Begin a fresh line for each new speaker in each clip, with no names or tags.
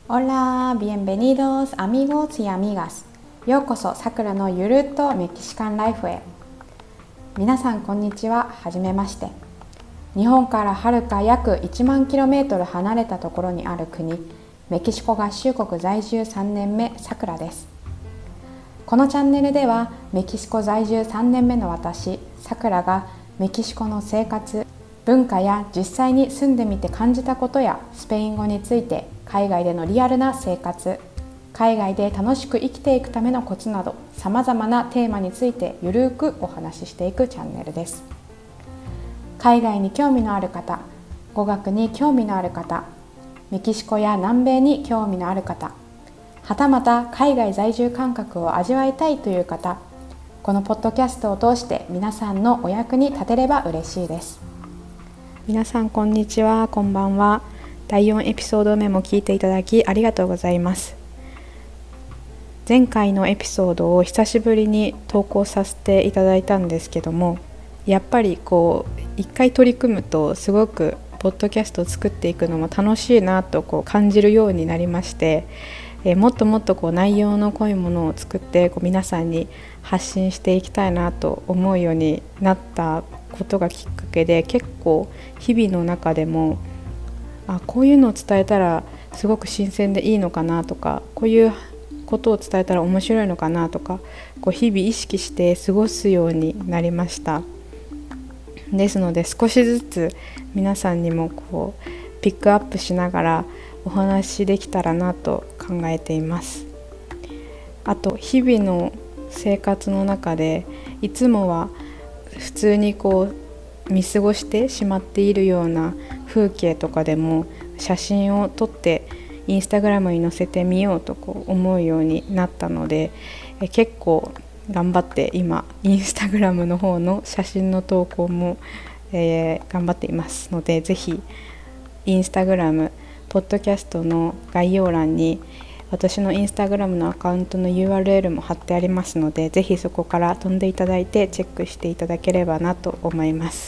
Hola, bienvenidos amigos y amigas。ようこそさくらのゆるっとメキシカンライフへ。皆さんこんにちは。はじめまして。日本からはるか約1万 km 離れたところにある国、メキシコ合衆国在住3年目さくらです。このチャンネルではメキシコ在住3年目の私さくらがメキシコの生活、文化や実際に住んでみて感じたことやスペイン語について、海外でのリアルな生活、海外で楽しく生きていくためのコツなど、さまざまなテーマについてゆるくお話ししていくチャンネルです。海外に興味のある方、語学に興味のある方、メキシコや南米に興味のある方、はたまた海外在住感覚を味わいたいという方、このポッドキャストを通して皆さんのお役に立てれば嬉しいです。皆さんこんにちは、こんばんは。第4エピソード目も聞いていただきありがとうございます。前回のエピソードを久しぶりに投稿させていただいたんですけども、やっぱり一回取り組むとすごくポッドキャストを作っていくのも楽しいなと感じるようになりまして、もっともっと内容の濃いものを作って皆さんに発信していきたいなと思うようになったことがきっかけで、結構日々の中でもこういうのを伝えたらすごく新鮮でいいのかなとか、こういうことを伝えたら面白いのかなとか、日々意識して過ごすようになりました。ですので少しずつ皆さんにもピックアップしながらお話できたらなと考えています。あと日々の生活の中でいつもは普通に見過ごしてしまっているような風景とかでも写真を撮ってインスタグラムに載せてみようと思うようになったので、結構頑張って今インスタグラムの方の写真の投稿も、頑張っていますので、ぜひインスタグラムポッドキャストの概要欄に私のインスタグラムのアカウントの URL も貼ってありますので、ぜひそこから飛んでいただいてチェックしていただければなと思います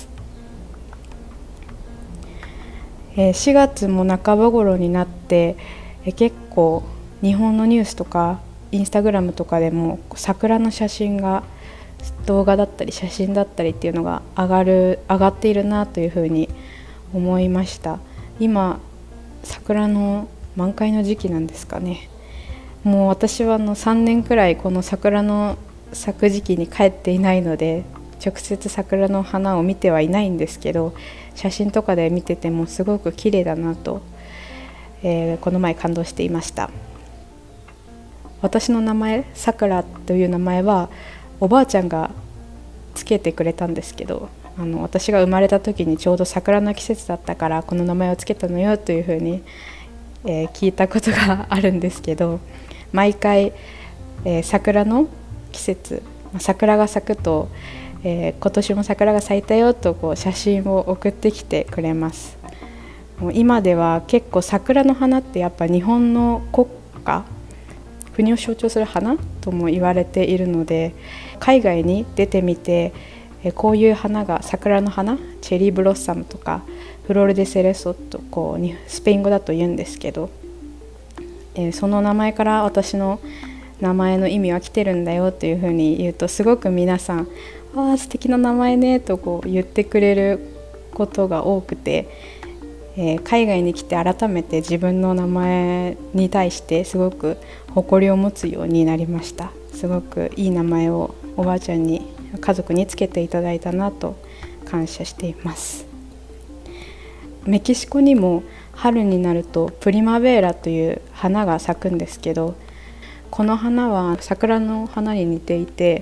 。4月も半ば頃になって、結構日本のニュースとかインスタグラムとかでも桜の写真が、動画だったり写真だったりっていうのが上がっているなというふうに思いました。今桜の満開の時期なんですかね。もう私は3年くらいこの桜の咲く時期に帰っていないので、直接桜の花を見てはいないんですけど、写真とかで見ててもすごく綺麗だなと、この前感動していました。私の名前さくらという名前はおばあちゃんがつけてくれたんですけど、私が生まれた時にちょうど桜の季節だったからこの名前をつけたのよというふうに、聞いたことがあるんですけど、毎回、桜の季節、桜が咲くと、今年も桜が咲いたよと写真を送ってきてくれます。もう今では結構桜の花ってやっぱ日本の国花、国を象徴する花とも言われているので、海外に出てみてこういう花が、桜の花、チェリーブロッサムとかフロールデセレソとスペイン語だと言うんですけど、その名前から私の名前の意味は来てるんだよというふうに言うと、すごく皆さん素敵な名前ねと言ってくれることが多くて、海外に来て改めて自分の名前に対してすごく誇りを持つようになりました。すごくいい名前をおばあちゃんに、家族につけていただいたなと感謝しています。メキシコにも春になるとプリマベーラという花が咲くんですけど、この花は桜の花に似ていて、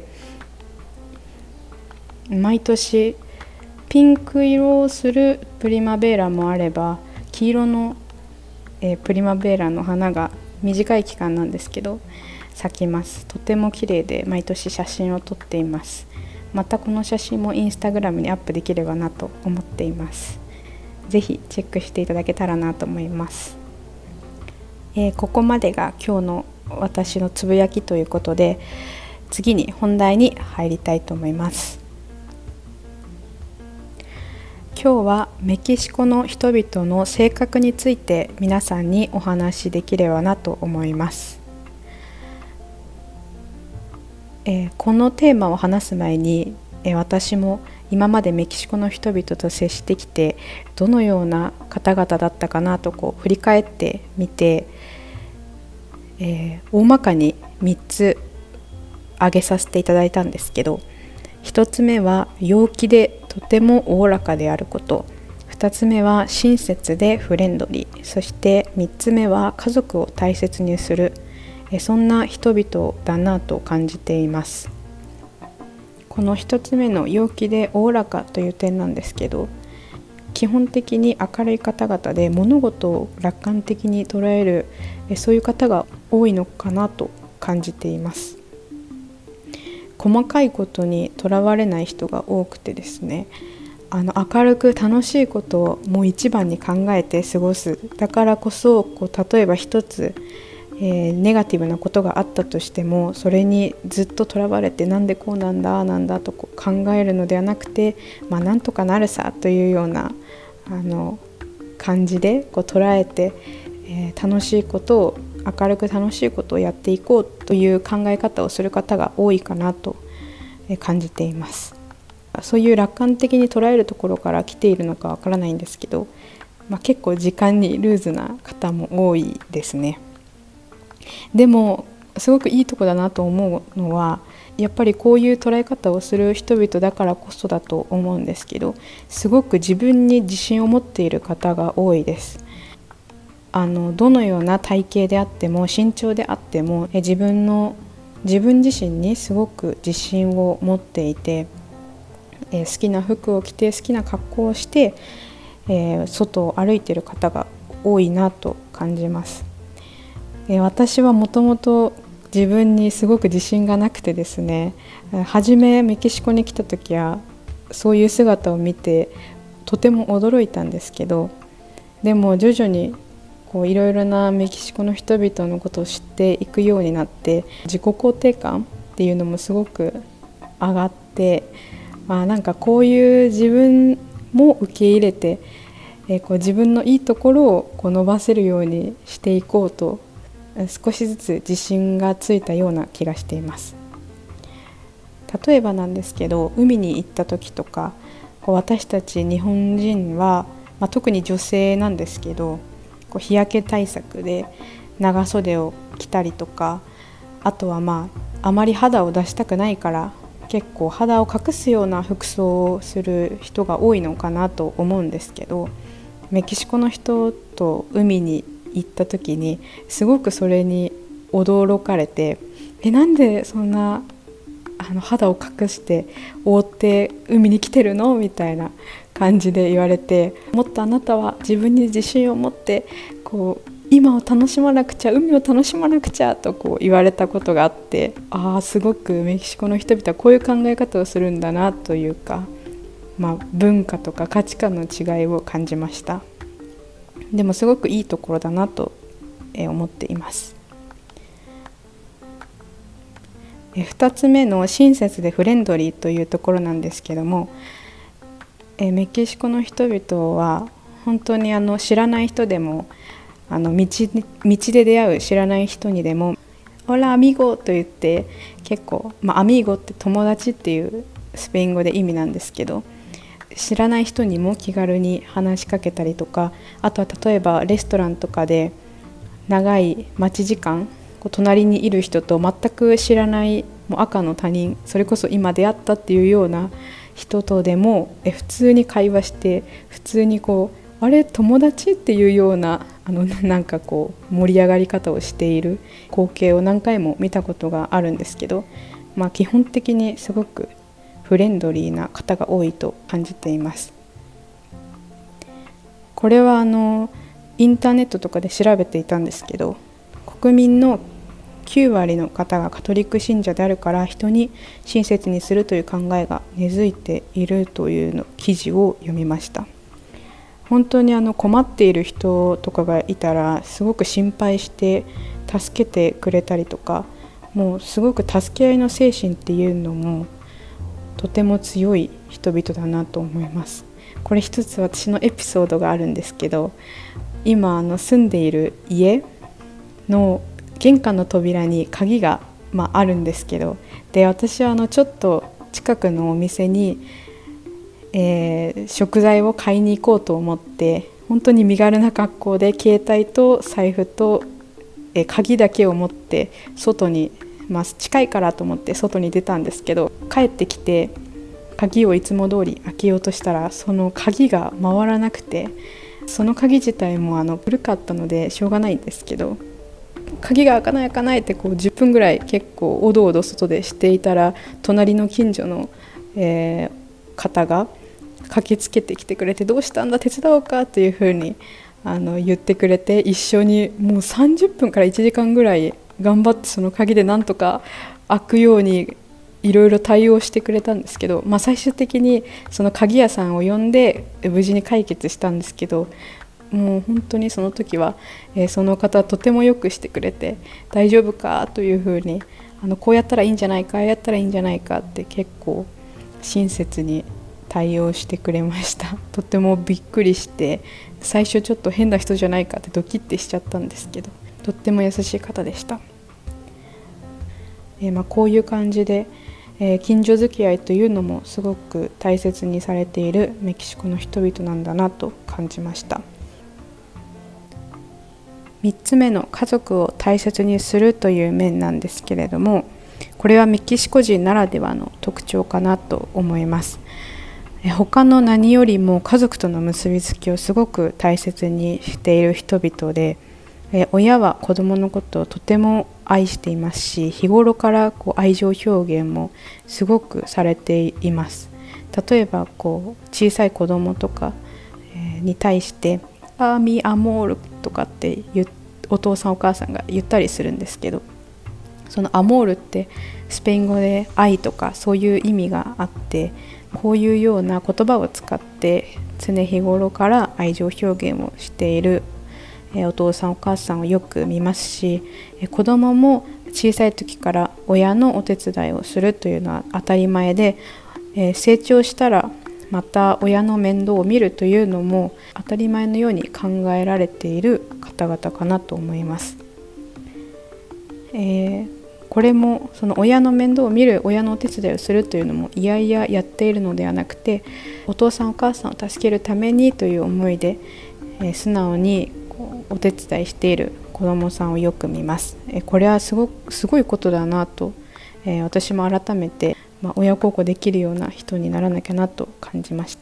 毎年ピンク色をするプリマベーラもあれば、黄色の、プリマベーラの花が短い期間なんですけど咲きます。とても綺麗で毎年写真を撮っています。またこの写真もインスタグラムにアップできればなと思っています。ぜひチェックしていただけたらなと思います。ここまでが今日の私のつぶやきということで、次に本題に入りたいと思います。 今日はメキシコの人々の性格について皆さんにお話しできればなと思います。このテーマを話す前に、私も今までメキシコの人々と接してきてどのような方々だったかなと振り返ってみて、大まかに3つ挙げさせていただいたんですけど、1つ目は陽気でとてもおおらかであること、2つ目は親切でフレンドリー、そして3つ目は家族を大切にする、そんな人々だなと感じています。この1つ目の陽気でおおらかという点なんですけど、基本的に明るい方々で物事を楽観的に捉える、そういう方が多いのかなと感じています。細かいことにとらわれない人が多くてですね、明るく楽しいことをもう一番に考えて過ごす。だからこそ例えば一つ、ネガティブなことがあったとしても、それにずっととらわれてなんでこうなんだなんだと考えるのではなくて、なんとかなるさというような感じで捉えて、楽しいことを明るく楽しいことをやっていこうという考え方をする方が多いかなと感じています。そういう楽観的に捉えるところから来ているのかわからないんですけど、結構時間にルーズな方も多いですね。でもすごくいいとこだなと思うのは、やっぱりこういう捉え方をする人々だからこそだと思うんですけど、すごく自分に自信を持っている方が多いです。どのような体型であっても身長であっても自分自身にすごく自信を持っていて、好きな服を着て好きな格好をして、外を歩いている方が多いなと感じます。私はもともと自分にすごく自信がなくてですね、初めメキシコに来た時はそういう姿を見てとても驚いたんですけど、でも徐々にいろいろなメキシコの人々のことを知っていくようになって、自己肯定感っていうのもすごく上がって、なんかこういう自分も受け入れて、自分のいいところを伸ばせるようにしていこうと、少しずつ自信がついたような気がしています。例えばなんですけど、海に行った時とか、私たち日本人は、特に女性なんですけど、日焼け対策で長袖を着たりとか、あとはあまり肌を出したくないから結構肌を隠すような服装をする人が多いのかなと思うんですけど、メキシコの人と海に行った時にすごくそれに驚かれて、なんでそんな肌を隠して覆って海に来てるのみたいな感じで言われて、もっとあなたは自分に自信を持って今を楽しまなくちゃ、海を楽しまなくちゃと言われたことがあって、すごくメキシコの人々はこういう考え方をするんだなというか、文化とか価値観の違いを感じました。でもすごくいいところだなと思っています。2つ目の親切でフレンドリーというところなんですけども、メキシコの人々は本当に知らない人でも道で出会う知らない人にでもオラアミゴと言って、結構、アミーゴって友達っていうスペイン語で意味なんですけど、知らない人にも気軽に話しかけたりとか、あとは例えばレストランとかで長い待ち時間、隣にいる人と全く知らないもう赤の他人、それこそ今出会ったっていうような人とでも普通に会話して、普通にあれ友達っていうようななんか盛り上がり方をしている光景を何回も見たことがあるんですけど、基本的にすごくフレンドリーな方が多いと感じています。これはインターネットとかで調べていたんですけど、国民の9割の方がカトリック信者であるから人に親切にするという考えが根付いているというの記事を読みました。本当に困っている人とかがいたらすごく心配して助けてくれたりとか、もうすごく助け合いの精神っていうのもとても強い人々だなと思います。 これ一つ私のエピソードがあるんですけど、今住んでいる家の玄関の扉に鍵が、あるんですけど、で私はちょっと近くのお店に、食材を買いに行こうと思って、本当に身軽な格好で携帯と財布と、鍵だけを持って外に、近いからと思って外に出たんですけど、帰ってきて鍵をいつも通り開けようとしたら、その鍵が回らなくて、その鍵自体も古かったのでしょうがないんですけど、鍵が開かないって10分ぐらい結構おどおど外でしていたら、隣の近所の、方が駆けつけてきてくれて、どうしたんだ手伝おうかというふうに言ってくれて、一緒にもう30分から1時間ぐらい頑張ってその鍵でなんとか開くようにいろいろ対応してくれたんですけど、最終的にその鍵屋さんを呼んで無事に解決したんですけど、もう本当にその時は、その方とてもよくしてくれて、大丈夫かというふうにこうやったらいいんじゃないか、やったらいいんじゃないかって結構親切に対応してくれました。とてもびっくりして、最初ちょっと変な人じゃないかってドキッてしちゃったんですけど、とっても優しい方でした。こういう感じで、近所付き合いというのもすごく大切にされているメキシコの人々なんだなと感じました。3つ目の家族を大切にするという面なんですけれども、これはメキシコ人ならではの特徴かなと思います。他の何よりも家族との結びつきをすごく大切にしている人々で、親は子供のことをとても愛していますし、日頃から愛情表現もすごくされています。例えば小さい子供とかに対してアミアモールとかってお父さんお母さんが言ったりするんですけど、そのアモールってスペイン語で愛とかそういう意味があって、こういうような言葉を使って常日頃から愛情表現をしているお父さんお母さんをよく見ますし、子供も小さい時から親のお手伝いをするというのは当たり前で、成長したらまた親の面倒を見るというのも当たり前のように考えられている方々かなと思います。これもその親の面倒を見る、親のお手伝いをするというのもいやいややっているのではなくて、お父さんお母さんを助けるためにという思いで、素直にお手伝いしている子どもさんをよく見ます。これはすごいことだなと、私も改めて、親孝行できるような人にならなきゃなと感じました。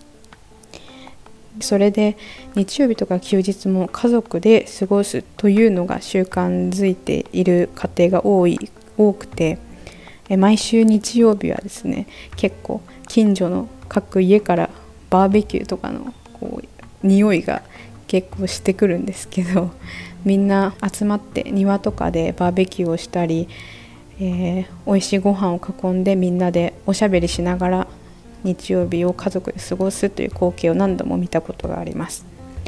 それで日曜日とか休日も家族で過ごすというのが習慣づいている家庭が多くて、毎週日曜日はですね、結構近所の各家からバーベキューとかの匂いが結構してくるんですけど、みんな集まって庭とかでバーベキューをしたり、美味しいご飯を囲んでみんなでおしゃべりしながら日曜日を家族で過ごすという光景を何度も見たことがあります。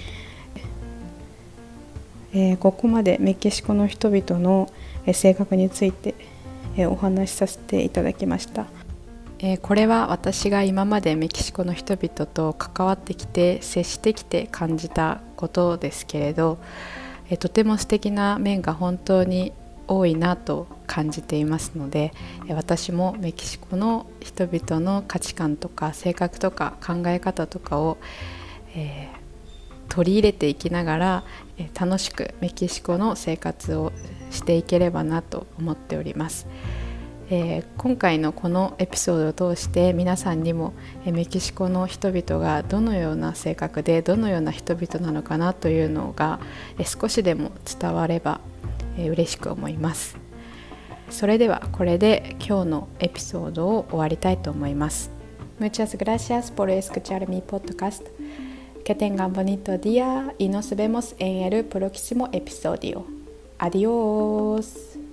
ここまでメキシコの人々の性格についてお話しさせていただきました。これは私が今までメキシコの人々と関わってきて接してきて感じたことですけれど、とても素敵な面が本当に多いなと感じていますので、私もメキシコの人々の価値観とか性格とか考え方とかを、取り入れていきながら、楽しくメキシコの生活をしていければなと思っております。今回のこのエピソードを通して皆さんにもメキシコの人々がどのような性格でどのような人々なのかなというのが少しでも伝われば嬉しく思います。それではこれで今日のエピソードを終わりたいと思います。Muchas gracias por escuchar mi podcast. Que tengan bonito día y nos vemos en el próximo episodio. Adiós.